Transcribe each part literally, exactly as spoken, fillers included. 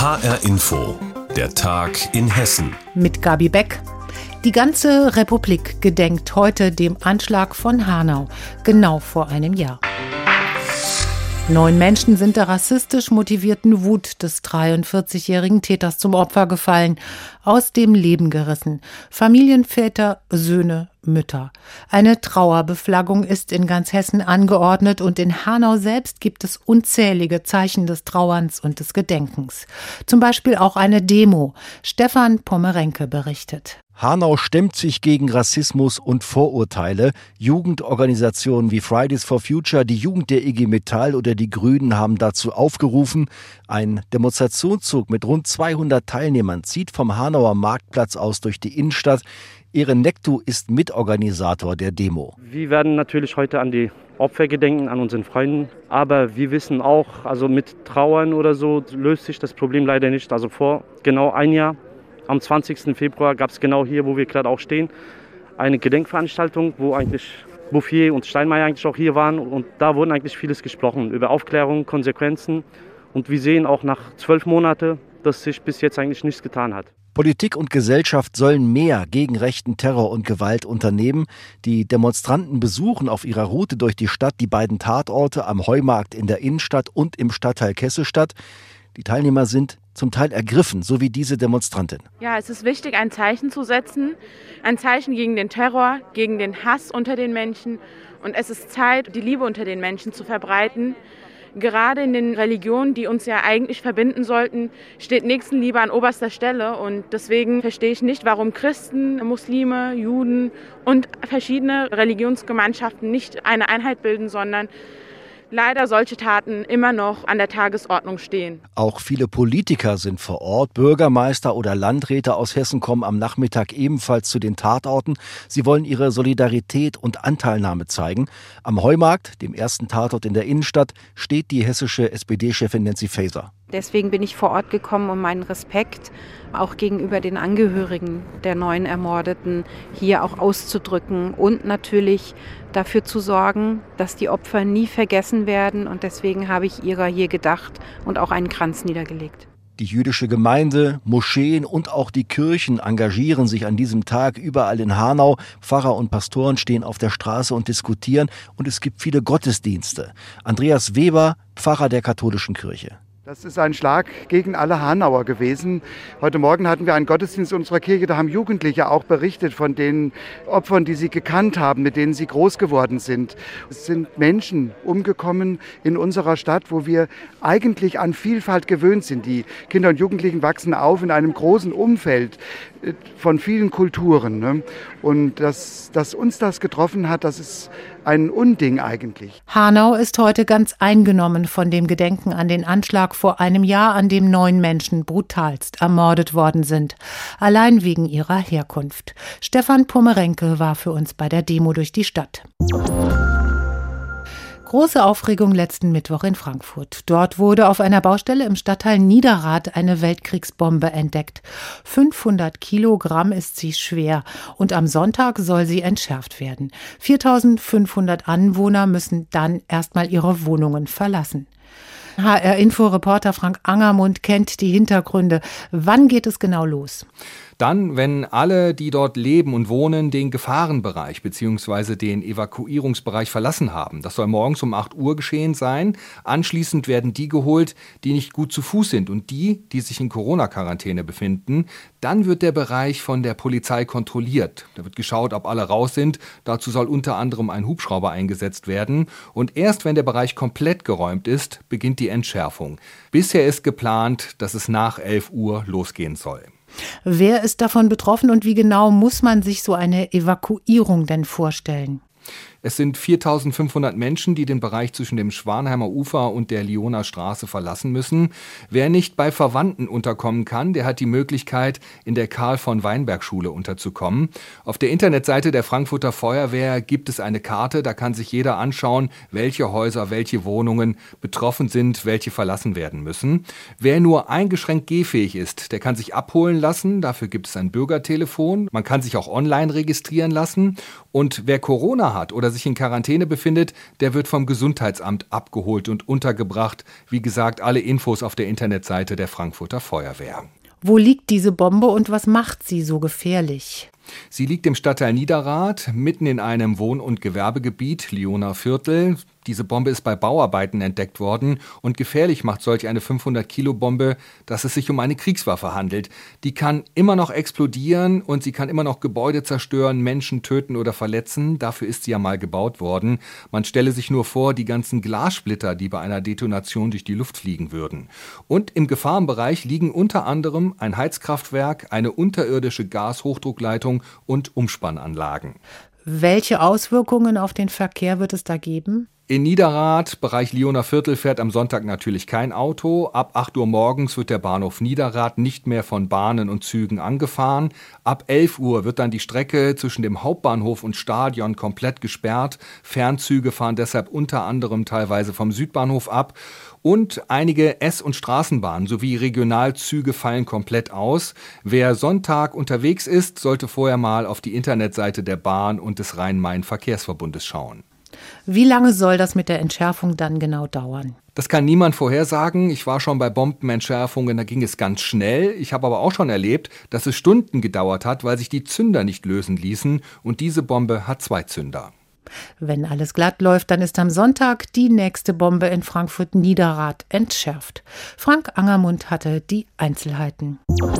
H R Info, der Tag in Hessen. Mit Gabi Beck. Die ganze Republik gedenkt heute dem Anschlag von Hanau, genau vor einem Jahr. Neun Menschen sind der rassistisch motivierten Wut des dreiundvierzigjährigen Täters zum Opfer gefallen, aus dem Leben gerissen. Familienväter, Söhne, Mütter. Eine Trauerbeflaggung ist in ganz Hessen angeordnet und in Hanau selbst gibt es unzählige Zeichen des Trauerns und des Gedenkens. Zum Beispiel auch eine Demo. Stefan Pommerenke berichtet. Hanau stemmt sich gegen Rassismus und Vorurteile. Jugendorganisationen wie Fridays for Future, die Jugend der I G Metall oder die Grünen haben dazu aufgerufen. Ein Demonstrationszug mit rund zweihundert Teilnehmern zieht vom Hanauer Marktplatz aus durch die Innenstadt. Eren Nektu ist Mitorganisator der Demo. Wir werden natürlich heute an die Opfer gedenken, an unseren Freunden. Aber wir wissen auch, also mit Trauern oder so löst sich das Problem leider nicht. Also vor genau ein Jahr, am zwanzigsten Februar, gab es genau hier, wo wir gerade auch stehen, eine Gedenkveranstaltung, wo eigentlich Bouffier und Steinmeier eigentlich auch hier waren. Und da wurden eigentlich vieles gesprochen über Aufklärung, Konsequenzen. Und wir sehen auch nach zwölf Monaten, dass sich bis jetzt eigentlich nichts getan hat. Politik und Gesellschaft sollen mehr gegen rechten Terror und Gewalt unternehmen. Die Demonstranten besuchen auf ihrer Route durch die Stadt die beiden Tatorte am Heumarkt in der Innenstadt und im Stadtteil Kesselstadt. Die Teilnehmer sind zum Teil ergriffen, so wie diese Demonstrantin. Ja, es ist wichtig, ein Zeichen zu setzen. Ein Zeichen gegen den Terror, gegen den Hass unter den Menschen. Und es ist Zeit, die Liebe unter den Menschen zu verbreiten. Gerade in den Religionen, die uns ja eigentlich verbinden sollten, steht Nächstenliebe an oberster Stelle. Und deswegen verstehe ich nicht, warum Christen, Muslime, Juden und verschiedene Religionsgemeinschaften nicht eine Einheit bilden, sondern leider solche Taten immer noch an der Tagesordnung stehen. Auch viele Politiker sind vor Ort. Bürgermeister oder Landräte aus Hessen kommen am Nachmittag ebenfalls zu den Tatorten. Sie wollen ihre Solidarität und Anteilnahme zeigen. Am Heumarkt, dem ersten Tatort in der Innenstadt, steht die hessische S P D-Chefin Nancy Faeser. Deswegen bin ich vor Ort gekommen, um meinen Respekt auch gegenüber den Angehörigen der neun Ermordeten hier auch auszudrücken und natürlich dafür zu sorgen, dass die Opfer nie vergessen werden. Und deswegen habe ich ihrer hier gedacht und auch einen Kranz niedergelegt. Die jüdische Gemeinde, Moscheen und auch die Kirchen engagieren sich an diesem Tag überall in Hanau. Pfarrer und Pastoren stehen auf der Straße und diskutieren und es gibt viele Gottesdienste. Andreas Weber, Pfarrer der katholischen Kirche. Das ist ein Schlag gegen alle Hanauer gewesen. Heute Morgen hatten wir einen Gottesdienst in unserer Kirche, da haben Jugendliche auch berichtet von den Opfern, die sie gekannt haben, mit denen sie groß geworden sind. Es sind Menschen umgekommen in unserer Stadt, wo wir eigentlich an Vielfalt gewöhnt sind. Die Kinder und Jugendlichen wachsen auf in einem großen Umfeld von vielen Kulturen. Und dass, dass uns das getroffen hat, das ist ein Unding eigentlich. Hanau ist heute ganz eingenommen von dem Gedenken an den Anschlag vor einem Jahr, an dem neun Menschen brutalst ermordet worden sind. Allein wegen ihrer Herkunft. Stefan Pommerenke war für uns bei der Demo durch die Stadt. Große Aufregung letzten Mittwoch in Frankfurt. Dort wurde auf einer Baustelle im Stadtteil Niederrad eine Weltkriegsbombe entdeckt. fünfhundert Kilogramm ist sie schwer und am Sonntag soll sie entschärft werden. viertausendfünfhundert Anwohner müssen dann erstmal ihre Wohnungen verlassen. H R-Info-Reporter Frank Angermund kennt die Hintergründe. Wann geht es genau los? Dann, wenn alle, die dort leben und wohnen, den Gefahrenbereich bzw. den Evakuierungsbereich verlassen haben. Das soll morgens um acht Uhr geschehen sein. Anschließend werden die geholt, die nicht gut zu Fuß sind und die, die sich in Corona-Quarantäne befinden. Dann wird der Bereich von der Polizei kontrolliert. Da wird geschaut, ob alle raus sind. Dazu soll unter anderem ein Hubschrauber eingesetzt werden. Und erst wenn der Bereich komplett geräumt ist, beginnt die Entschärfung. Bisher ist geplant, dass es nach elf Uhr losgehen soll. Wer ist davon betroffen und wie genau muss man sich so eine Evakuierung denn vorstellen? Es sind viertausendfünfhundert Menschen, die den Bereich zwischen dem Schwanheimer Ufer und der Lioner Straße verlassen müssen. Wer nicht bei Verwandten unterkommen kann, der hat die Möglichkeit, in der Karl-von-Weinberg-Schule unterzukommen. Auf der Internetseite der Frankfurter Feuerwehr gibt es eine Karte, da kann sich jeder anschauen, welche Häuser, welche Wohnungen betroffen sind, welche verlassen werden müssen. Wer nur eingeschränkt gehfähig ist, der kann sich abholen lassen. Dafür gibt es ein Bürgertelefon. Man kann sich auch online registrieren lassen. Und wer Corona hat oder sich in Quarantäne befindet, der wird vom Gesundheitsamt abgeholt und untergebracht. Wie gesagt, alle Infos auf der Internetseite der Frankfurter Feuerwehr. Wo liegt diese Bombe und was macht sie so gefährlich? Sie liegt im Stadtteil Niederrad, mitten in einem Wohn- und Gewerbegebiet, Lioner Viertel. Diese Bombe ist bei Bauarbeiten entdeckt worden und gefährlich macht solch eine fünfhundert-Kilo-Bombe, dass es sich um eine Kriegswaffe handelt. Die kann immer noch explodieren und sie kann immer noch Gebäude zerstören, Menschen töten oder verletzen. Dafür ist sie ja mal gebaut worden. Man stelle sich nur vor, die ganzen Glassplitter, die bei einer Detonation durch die Luft fliegen würden. Und im Gefahrenbereich liegen unter anderem ein Heizkraftwerk, eine unterirdische Gashochdruckleitung und Umspannanlagen. Welche Auswirkungen auf den Verkehr wird es da geben? In Niederrad, Bereich Lioner Viertel, fährt am Sonntag natürlich kein Auto. Ab acht Uhr morgens wird der Bahnhof Niederrad nicht mehr von Bahnen und Zügen angefahren. Ab elf Uhr wird dann die Strecke zwischen dem Hauptbahnhof und Stadion komplett gesperrt. Fernzüge fahren deshalb unter anderem teilweise vom Südbahnhof ab. Und einige S- und Straßenbahnen sowie Regionalzüge fallen komplett aus. Wer Sonntag unterwegs ist, sollte vorher mal auf die Internetseite der Bahn und des Rhein-Main-Verkehrsverbundes schauen. Wie lange soll das mit der Entschärfung dann genau dauern? Das kann niemand vorhersagen. Ich war schon bei Bombenentschärfungen, da ging es ganz schnell. Ich habe aber auch schon erlebt, dass es Stunden gedauert hat, weil sich die Zünder nicht lösen ließen. Und diese Bombe hat zwei Zünder. Wenn alles glatt läuft, dann ist am Sonntag die nächste Bombe in Frankfurt-Niederrad entschärft. Frank Angermund hatte die Einzelheiten.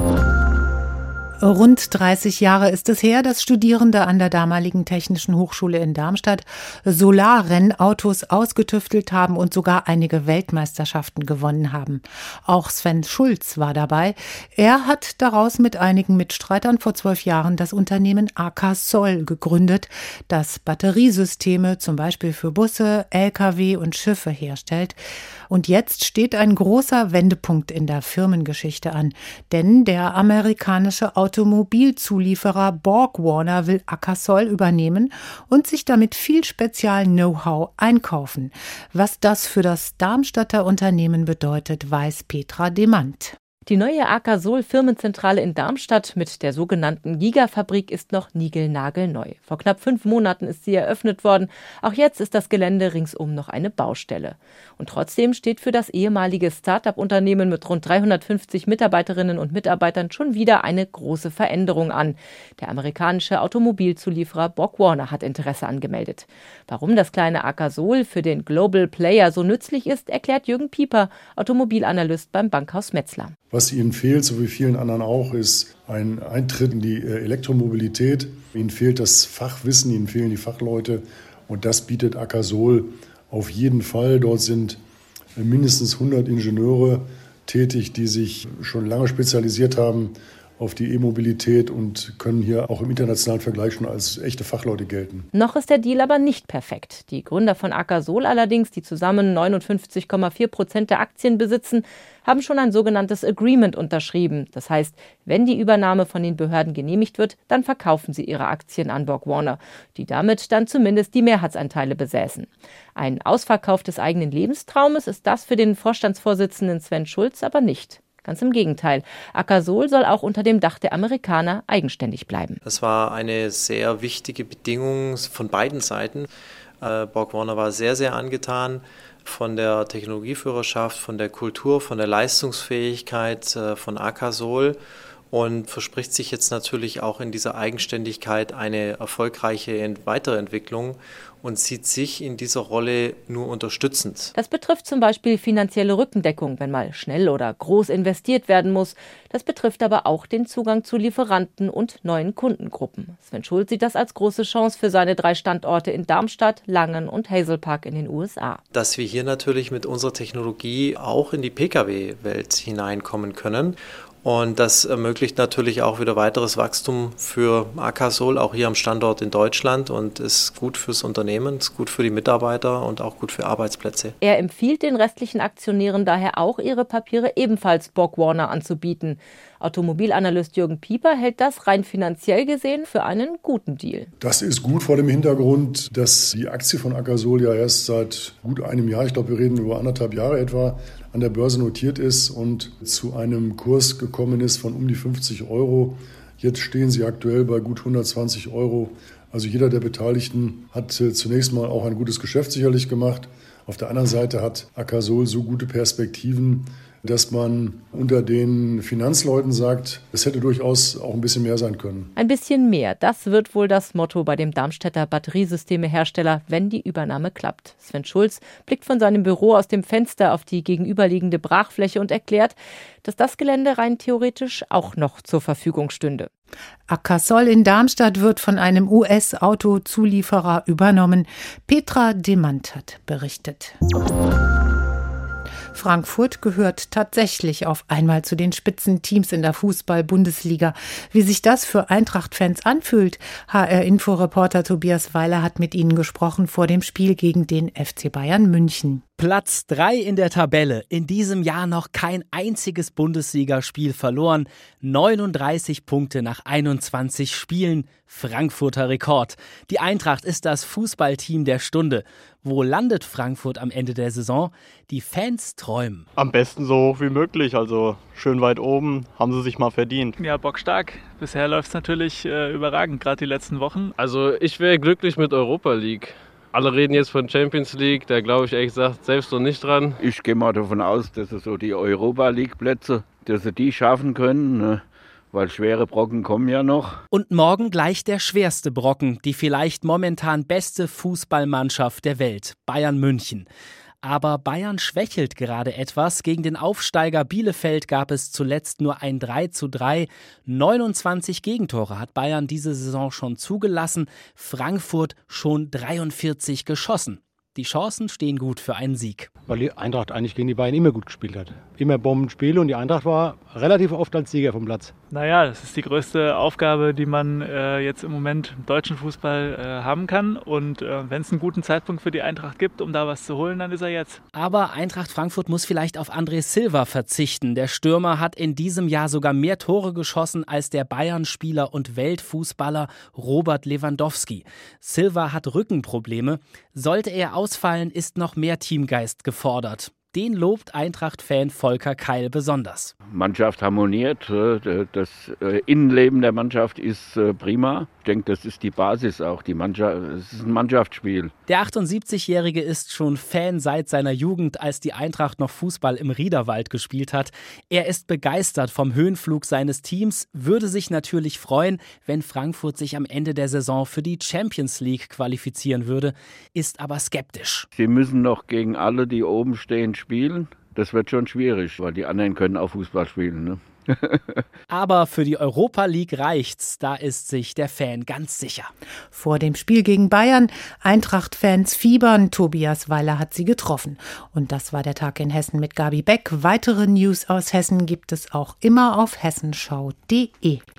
Rund dreißig Jahre ist es her, dass Studierende an der damaligen Technischen Hochschule in Darmstadt Solarrennautos ausgetüftelt haben und sogar einige Weltmeisterschaften gewonnen haben. Auch Sven Schulz war dabei. Er hat daraus mit einigen Mitstreitern vor zwölf Jahren das Unternehmen Akasol gegründet, das Batteriesysteme zum Beispiel für Busse, L K W und Schiffe herstellt. Und jetzt steht ein großer Wendepunkt in der Firmengeschichte an, denn der amerikanische Automobilzulieferer BorgWarner will Akasol übernehmen und sich damit viel Spezial-Know-how einkaufen. Was das für das Darmstadter Unternehmen bedeutet, weiß Petra Demand. Die neue Akasol-Firmenzentrale in Darmstadt mit der sogenannten Gigafabrik ist noch niegelnagelneu. Vor knapp fünf Monaten ist sie eröffnet worden. Auch jetzt ist das Gelände ringsum noch eine Baustelle. Und trotzdem steht für das ehemalige Start-up-Unternehmen mit rund dreihundertfünfzig Mitarbeiterinnen und Mitarbeitern schon wieder eine große Veränderung an. Der amerikanische Automobilzulieferer BorgWarner hat Interesse angemeldet. Warum das kleine Akasol für den Global Player so nützlich ist, erklärt Jürgen Pieper, Automobilanalyst beim Bankhaus Metzler. Was ihnen fehlt, so wie vielen anderen auch, ist ein Eintritt in die Elektromobilität. Ihnen fehlt das Fachwissen, ihnen fehlen die Fachleute und das bietet Akasol auf jeden Fall. Dort sind mindestens hundert Ingenieure tätig, die sich schon lange spezialisiert haben auf die E-Mobilität und können hier auch im internationalen Vergleich schon als echte Fachleute gelten. Noch ist der Deal aber nicht perfekt. Die Gründer von Akasol allerdings, die zusammen neunundfünfzig Komma vier Prozent der Aktien besitzen, haben schon ein sogenanntes Agreement unterschrieben. Das heißt, wenn die Übernahme von den Behörden genehmigt wird, dann verkaufen sie ihre Aktien an BorgWarner, die damit dann zumindest die Mehrheitsanteile besäßen. Ein Ausverkauf des eigenen Lebenstraumes ist das für den Vorstandsvorsitzenden Sven Schulz aber nicht. Ganz im Gegenteil. Akasol soll auch unter dem Dach der Amerikaner eigenständig bleiben. Das war eine sehr wichtige Bedingung von beiden Seiten. Äh, BorgWarner war sehr, sehr angetan von der Technologieführerschaft, von der Kultur, von der Leistungsfähigkeit äh, von Akasol und verspricht sich jetzt natürlich auch in dieser Eigenständigkeit eine erfolgreiche Weiterentwicklung und sieht sich in dieser Rolle nur unterstützend. Das betrifft zum Beispiel finanzielle Rückendeckung, wenn mal schnell oder groß investiert werden muss. Das betrifft aber auch den Zugang zu Lieferanten und neuen Kundengruppen. Sven Schulz sieht das als große Chance für seine drei Standorte in Darmstadt, Langen und Hazel Park in den U S A. Dass wir hier natürlich mit unserer Technologie auch in die Pkw-Welt hineinkommen können. Und das ermöglicht natürlich auch wieder weiteres Wachstum für Akasol, auch hier am Standort in Deutschland und ist gut fürs Unternehmen, ist gut für die Mitarbeiter und auch gut für Arbeitsplätze. Er empfiehlt den restlichen Aktionären daher auch, ihre Papiere ebenfalls BorgWarner anzubieten. Automobilanalyst Jürgen Pieper hält das rein finanziell gesehen für einen guten Deal. Das ist gut vor dem Hintergrund, dass die Aktie von Akasol ja erst seit gut einem Jahr, ich glaube wir reden über anderthalb Jahre etwa, an der Börse notiert ist und zu einem Kurs gekommen ist von um die fünfzig Euro. Jetzt stehen sie aktuell bei gut hundertzwanzig Euro Also jeder der Beteiligten hat zunächst mal auch ein gutes Geschäft sicherlich gemacht. Auf der anderen Seite hat Akasol so gute Perspektiven, dass man unter den Finanzleuten sagt, es hätte durchaus auch ein bisschen mehr sein können. Ein bisschen mehr, das wird wohl das Motto bei dem Darmstädter Batteriesystemehersteller, wenn die Übernahme klappt. Sven Schulz blickt von seinem Büro aus dem Fenster auf die gegenüberliegende Brachfläche und erklärt, dass das Gelände rein theoretisch auch noch zur Verfügung stünde. Akasol in Darmstadt wird von einem U S-Autozulieferer übernommen. Petra Demand hat berichtet. Frankfurt gehört tatsächlich auf einmal zu den Spitzenteams in der Fußball-Bundesliga. Wie sich das für Eintracht-Fans anfühlt, H R-Info-Reporter Tobias Weiler hat mit ihnen gesprochen vor dem Spiel gegen den F C Bayern München. Platz drei in der Tabelle. In diesem Jahr noch kein einziges Bundesligaspiel verloren. neununddreißig Punkte nach einundzwanzig Spielen. Frankfurter Rekord. Die Eintracht ist das Fußballteam der Stunde. Wo landet Frankfurt am Ende der Saison? Die Fans träumen. Am besten so hoch wie möglich, also schön weit oben, haben sie sich mal verdient. Ja, bockstark. Bisher läuft es natürlich äh, überragend, gerade die letzten Wochen. Also ich wäre glücklich mit Europa League. Alle reden jetzt von Champions League, da glaube ich ehrlich gesagt selbst noch nicht dran. Ich gehe mal davon aus, dass sie so die Europa League Plätze, dass sie die schaffen können, ne? Weil schwere Brocken kommen ja noch. Und morgen gleich der schwerste Brocken, die vielleicht momentan beste Fußballmannschaft der Welt, Bayern München. Aber Bayern schwächelt gerade etwas. Gegen den Aufsteiger Bielefeld gab es zuletzt nur ein drei zu drei. neunundzwanzig Gegentore hat Bayern diese Saison schon zugelassen. Frankfurt schon dreiundvierzig geschossen. Die Chancen stehen gut für einen Sieg. Weil die Eintracht eigentlich gegen die Bayern immer gut gespielt hat. Immer Bombenspiele und die Eintracht war relativ oft als Sieger vom Platz. Naja, das ist die größte Aufgabe, die man äh, jetzt im Moment im deutschen Fußball äh, haben kann. Und äh, wenn es einen guten Zeitpunkt für die Eintracht gibt, um da was zu holen, dann ist er jetzt. Aber Eintracht Frankfurt muss vielleicht auf André Silva verzichten. Der Stürmer hat in diesem Jahr sogar mehr Tore geschossen als der Bayern-Spieler und Weltfußballer Robert Lewandowski. Silva hat Rückenprobleme. Sollte er ausfallen, ist noch mehr Teamgeist gefordert. Den lobt Eintracht-Fan Volker Keil besonders. Mannschaft harmoniert, das Innenleben der Mannschaft ist prima. Ich denke, das ist die Basis auch. Die Mannschaft, es ist ein Mannschaftsspiel. Der achtundsiebzigjährige ist schon Fan seit seiner Jugend, als die Eintracht noch Fußball im Riederwald gespielt hat. Er ist begeistert vom Höhenflug seines Teams, würde sich natürlich freuen, wenn Frankfurt sich am Ende der Saison für die Champions League qualifizieren würde, ist aber skeptisch. Sie müssen noch gegen alle, die oben stehen, spielen. Das wird schon schwierig, weil die anderen können auch Fußball spielen, ne? Aber für die Europa League reicht's, da ist sich der Fan ganz sicher. Vor dem Spiel gegen Bayern, Eintracht-Fans fiebern, Tobias Weiler hat sie getroffen. Und das war der Tag in Hessen mit Gabi Beck. Weitere News aus Hessen gibt es auch immer auf hessenschau punkt de.